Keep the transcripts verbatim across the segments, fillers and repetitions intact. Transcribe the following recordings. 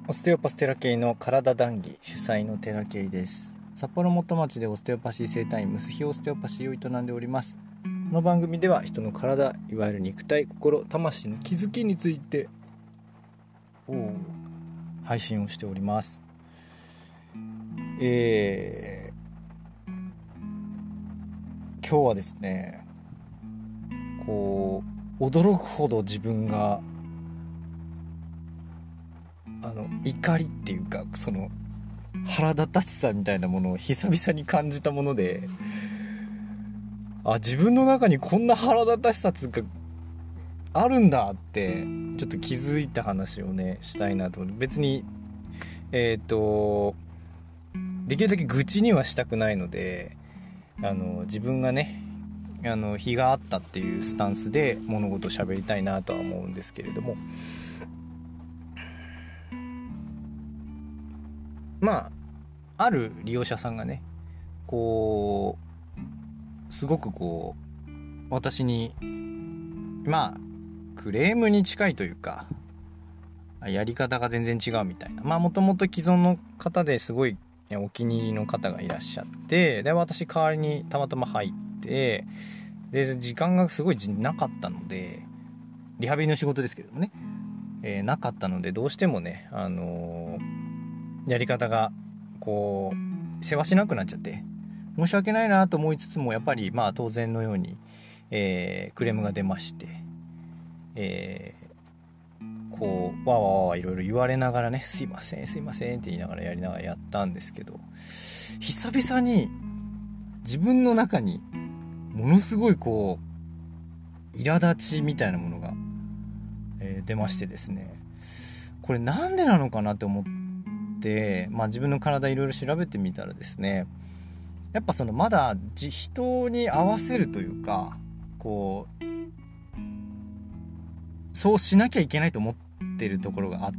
オステオパステラケイの体談義主催のテラケイです。札幌元町でオステオパシー整体院ムスヒオステオパシーを営んでおります。この番組では人の体、いわゆる肉体、心、魂の気づきについてを配信をしております。えー、今日はですね、こう驚くほど自分があの怒りっていうか、その腹立たしさみたいなものを久々に感じたもので、あ、自分の中にこんな腹立たしさつうかあるんだってちょっと気づいた話をねしたいなと思って。別にえっとできるだけ愚痴にはしたくないので、あの自分がねあの非があったっていうスタンスで物事を喋りたいなとは思うんですけれども、まあある利用者さんがねこうすごくこう私にまあクレームに近いというか、やり方が全然違うみたいな、まあもともと既存の方ですごいお気に入りの方がいらっしゃって、で私代わりにたまたま入って、で時間がすごいなかったので、リハビリの仕事ですけれどもね、えー、なかったのでどうしてもね、あのー、やり方がこう世話しなくなっちゃって申し訳ないなと思いつつも、やっぱりまあ当然のように、えー、クレームが出まして、えー、こうわーわーわーいろいろ言われながらね、すいませんすいませんって言いながらやりながらやったんですけど、久々に自分の中にものすごいこう苛立ちみたいなものが、えー、出ましてですね、これなんでなのかなって思って、まあ自分の体いろいろ調べてみたらですね、やっぱそのまだ人に合わせるというか、こうそうしなきゃいけないと思ってるところがあって、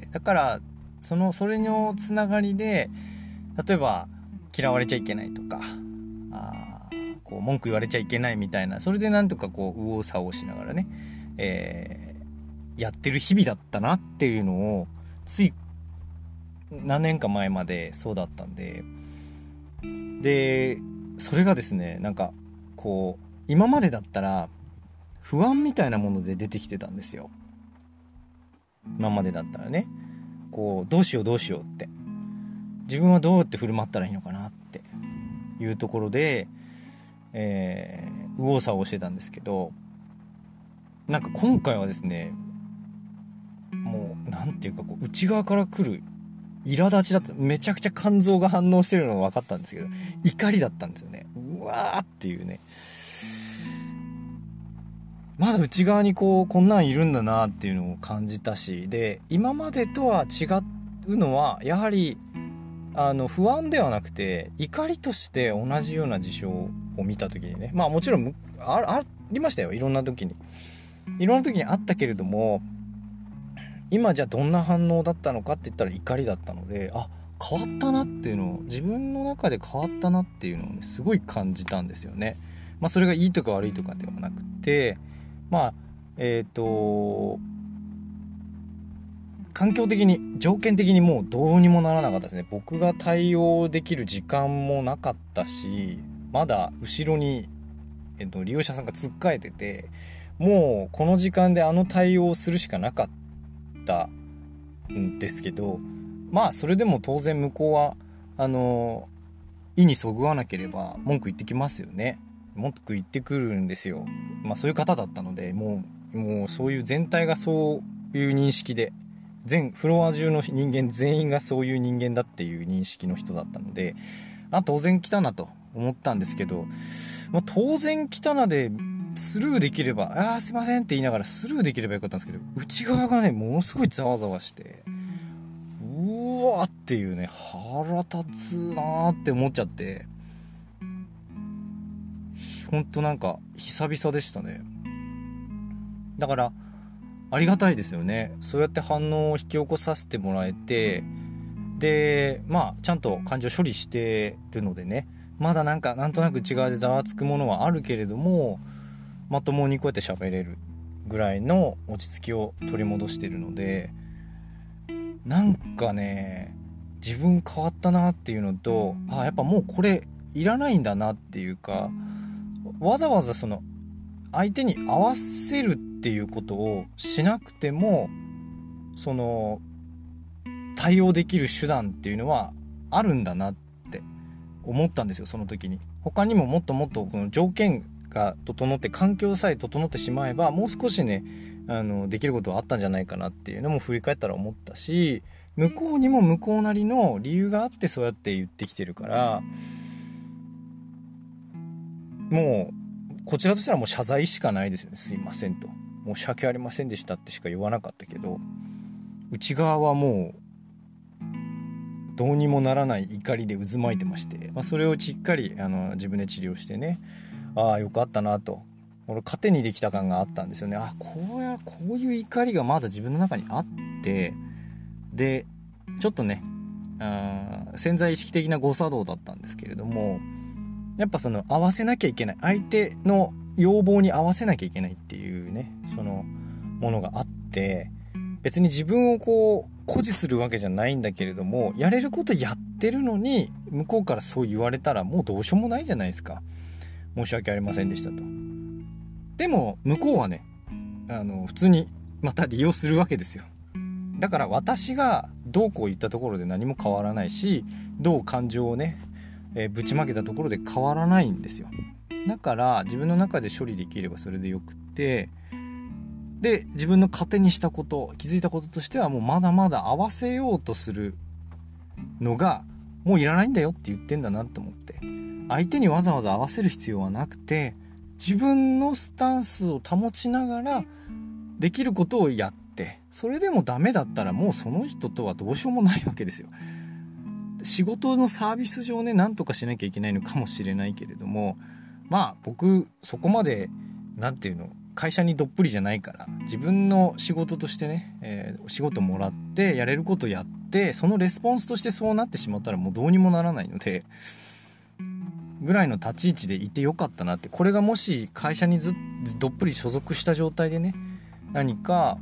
だからそのそれのつながりで、例えば嫌われちゃいけないとか、あこう文句言われちゃいけないみたいな、それでなんとかこう右往左往しながらね、えー、やってる日々だったなっていうのを、つい何年か前までそうだったんで、でそれがですね、なんかこう今までだったら不安みたいなもので出てきてたんですよ。今までだったらね、こうどうしようどうしようって、自分はどうやって振る舞ったらいいのかなっていうところで、えー、右往左往してたんですけど、なんか今回はですね、もうなんていうかこう内側から来る苛立ちだった。めちゃくちゃ肝臓が反応してるのが分かったんですけど、怒りだったんですよね。うわーっていうね、まだ内側にこうこんなんいるんだなっていうのを感じたし、で今までとは違うのはやはりあの不安ではなくて怒りとして同じような事象を見た時にね、まあもちろん あ, ありましたよ、いろんな時にいろんな時にあったけれども、今じゃあどんな反応だったのかって言ったら怒りだったので、あ、変わったなっていうのを、自分の中で変わったなっていうのをねすごい感じたんですよね。まあそれがいいとか悪いとかではなくて、まあえっと環境的に条件的にもうどうにもならなかったですね。僕が対応できる時間もなかったし、まだ後ろに、えっと、利用者さんがつっかえてて、もうこの時間であの対応をするしかなかったんですけど、まあそれでも当然向こうはあの意にそぐわなければ文句言ってきますよね。文句言ってくるんですよ。まあそういう方だったので、もうもうそういう全体がそういう認識で、全フロア中の人間全員がそういう人間だっていう認識の人だったので、あ、当然来たなと思ったんですけど、まあ、当然来たなでスルーできれば、あーすいませんって言いながらスルーできればよかったんですけど、内側がねものすごいざわざわして、うわーっていうね、腹立つなーって思っちゃって、ほんとなんか久々でしたね。だからありがたいですよね、そうやって反応を引き起こさせてもらえて、でまあちゃんと感情処理してるのでね、まだなんかなんとなく内側でざわつくものはあるけれども、まともにこうやって喋れるぐらいの落ち着きを取り戻してるので、 なんかね自分変わったなっていうのと、あやっぱもうこれいらないんだなっていうか、わざわざその相手に合わせるっていうことをしなくてもその対応できる手段っていうのはあるんだなって思ったんですよ。その時に他にももっともっとこの条件が整って環境さえ整ってしまえばもう少しねあのできることはあったんじゃないかなっていうのも振り返ったら思ったし、向こうにも向こうなりの理由があってそうやって言ってきてるから、もうこちらとしてはもう謝罪しかないですよね。すいませんと、申し訳ありませんでしたってしか言わなかったけど、内側はもうどうにもならない怒りで渦巻いてまして、まあ、それをしっかりあの自分で治療してね、ああよかったなと、俺糧にできた感があったんですよね。あこうやこういう怒りがまだ自分の中にあって、でちょっとねあ潜在意識的な誤作動だったんですけれども、やっぱその合わせなきゃいけない、相手の要望に合わせなきゃいけないっていうねそのものがあって、別に自分をこう誇示するわけじゃないんだけれども、やれることやってるのに向こうからそう言われたらもうどうしようもないじゃないですか。申し訳ありませんでしたと。でも向こうはねあの普通にまた利用するわけですよ。だから私がどうこう言ったところで何も変わらないし、どう感情をね、えー、ぶちまけたところで変わらないんですよ。だから自分の中で処理できればそれでよくって、で自分の糧にしたこと、気づいたこととしてはもうまだまだ合わせようとするのがもういらないんだよって言ってんだなと思って、相手にわざわざ合わせる必要はなくて、自分のスタンスを保ちながらできることをやって、それでもダメだったらもうその人とはどうしようもないわけですよ。仕事のサービス上ね何とかしなきゃいけないのかもしれないけれども、まあ僕そこまでなんていうの会社にどっぷりじゃないから、自分の仕事としてね、えー、仕事もらってやれることやって、そのレスポンスとしてそうなってしまったらもうどうにもならないので、ぐらいの立ち位置でいてよかったなって。これがもし会社にずどっぷり所属した状態でね何か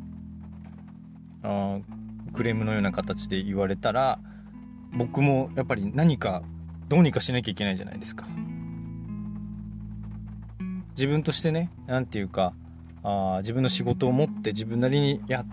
あクレームのような形で言われたら、僕もやっぱり何かどうにかしなきゃいけないじゃないですか。自分としてねなんていうかあ自分の仕事を持って自分なりにやって、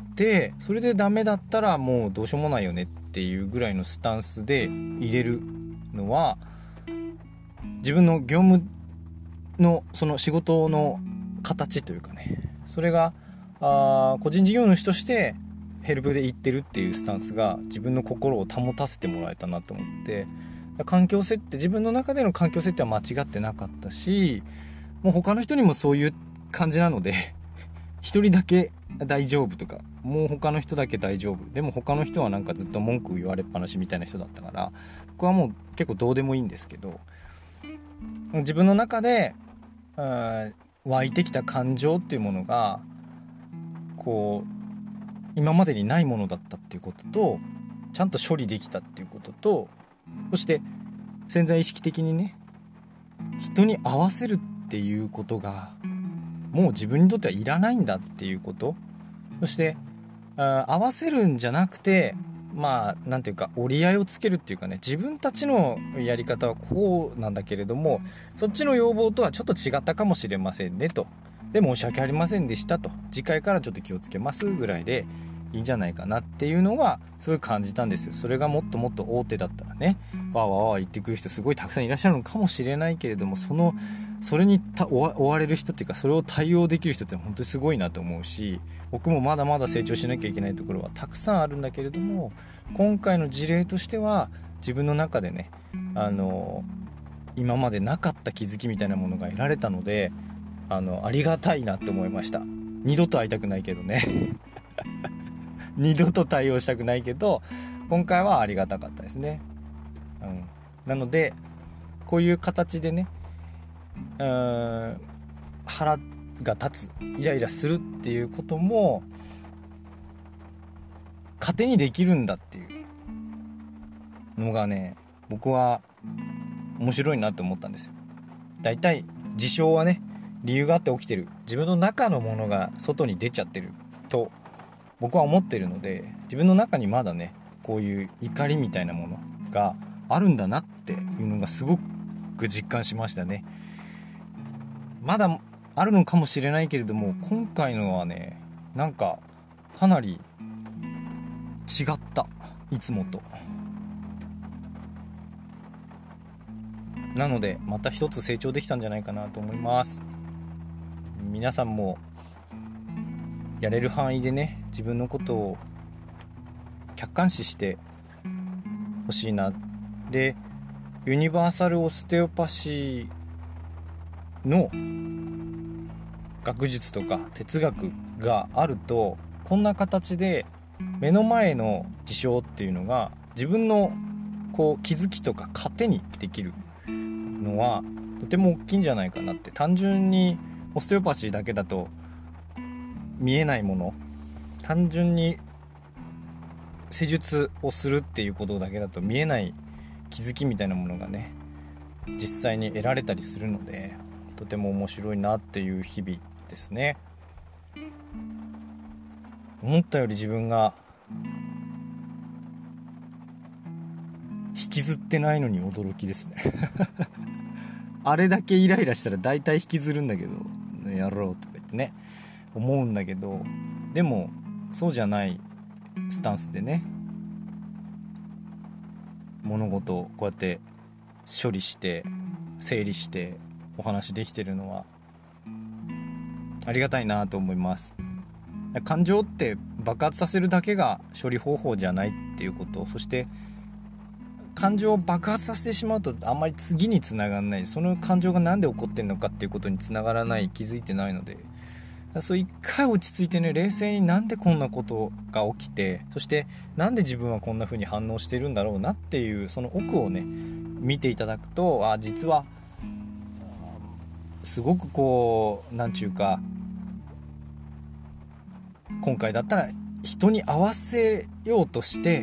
それでダメだったらもうどうしようもないよねっていうぐらいのスタンスで入れるのは、自分の業務のその仕事の形というかね、それがあ個人事業主としてヘルプで行ってるっていうスタンスが自分の心を保たせてもらえたなと思って、環境設定、自分の中での環境設定は間違ってなかったし、もう他の人にもそういう感じなので一人だけ大丈夫とか、もう他の人だけ大丈夫、でも他の人はなんかずっと文句言われっぱなしみたいな人だったから、僕はもう結構どうでもいいんですけど、自分の中で湧いてきた感情っていうものがこう今までにないものだったっていうことと、ちゃんと処理できたっていうことと、そして潜在意識的にね人に合わせるっていうことがもう自分にとってはいらないんだっていうこと、そしてあ合わせるんじゃなくて、まあなんていうか折り合いをつけるっていうかね、自分たちのやり方はこうなんだけれども、そっちの要望とはちょっと違ったかもしれませんねと、で申し訳ありませんでしたと、次回からちょっと気をつけますぐらいでいいんじゃないかなっていうのはすごい感じたんですよ。それがもっともっと大手だったらねわーわーわー言ってくる人すごいたくさんいらっしゃるのかもしれないけれども、そのそれにた追われる人っていうか、それを対応できる人って本当にすごいなと思うし、僕もまだまだ成長しなきゃいけないところはたくさんあるんだけれども、今回の事例としては自分の中でねあの今までなかった気づきみたいなものが得られたので、あのありがたいなって思いました。二度と会いたくないけどね二度と対応したくないけど、今回はありがたかったですね、うん、なのでこういう形でねうーん腹が立つ、イライラするっていうことも糧にできるんだっていうのがね、僕は面白いなって思ったんですよ。だいたい事象はね理由があって起きてる、自分の中のものが外に出ちゃってると僕は思ってるので、自分の中にまだねこういう怒りみたいなものがあるんだなっていうのがすごく実感しましたね。まだあるのかもしれないけれども、今回のはねなんかかなり違った、いつもと。なのでまた一つ成長できたんじゃないかなと思います。皆さんもやれる範囲でね自分のことを客観視してほしいな。でユニバーサルオステオパシーの学術とか哲学があると、こんな形で目の前の事象っていうのが自分のこう気づきとか糧にできるのはとても大きいんじゃないかなって。単純にオステオパシーだけだと見えないもの、単純に施術をするっていうことだけだと見えない気づきみたいなものがね実際に得られたりするので、とても面白いなっていう日々ですね。思ったより自分が引きずってないのに驚きですねあれだけイライラしたら大体引きずるんだけど、やろうとか言ってね思うんだけど、でもそうじゃないスタンスでね物事をこうやって処理して整理してお話できてるのはありがたいなと思います。感情って爆発させるだけが処理方法じゃないっていうこと、そして感情を爆発させてしまうとあんまり次につながらない、その感情がなんで起こってんのかっていうことにつながらない、気づいてないので、そう一回落ち着いてね冷静になんでこんなことが起きて、そしてなんで自分はこんな風に反応してるんだろうなっていうその奥をね見ていただくと、あ実はすごくこうなんちゅうか、今回だったら人に合わせようとして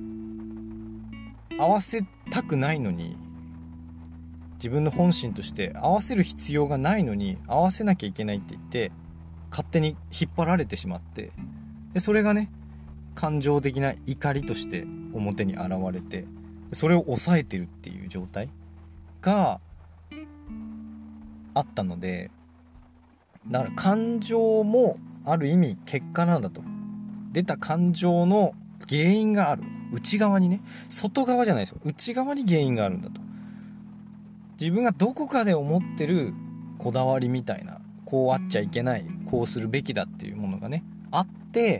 合わせたくないのに、自分の本心として合わせる必要がないのに合わせなきゃいけないって言って勝手に引っ張られてしまって、でそれがね感情的な怒りとして表に現れて、それを抑えてるっていう状態があったので、だから感情もある意味結果なんだと。出た感情の原因がある、内側にね、外側じゃないですよ、内側に原因があるんだと。自分がどこかで思ってるこだわりみたいな、こうあっちゃいけない、こうするべきだっていうものがねあって、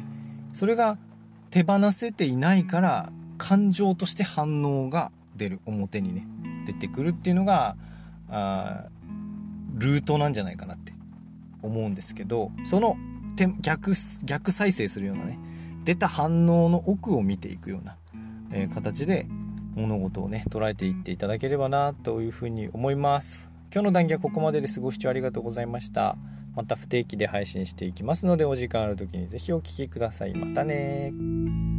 それが手放せていないから感情として反応が出る、表にね出てくるっていうのがあールートなんじゃないかなって思うんですけど、その逆逆再生するようなね出た反応の奥を見ていくような、えー、形で物事をね捉えていっていただければなというふうに思います。今日の談義はここまでです。ご視聴ありがとうございました。また不定期で配信していきますので、お時間ある時にぜひお聞きください。またね。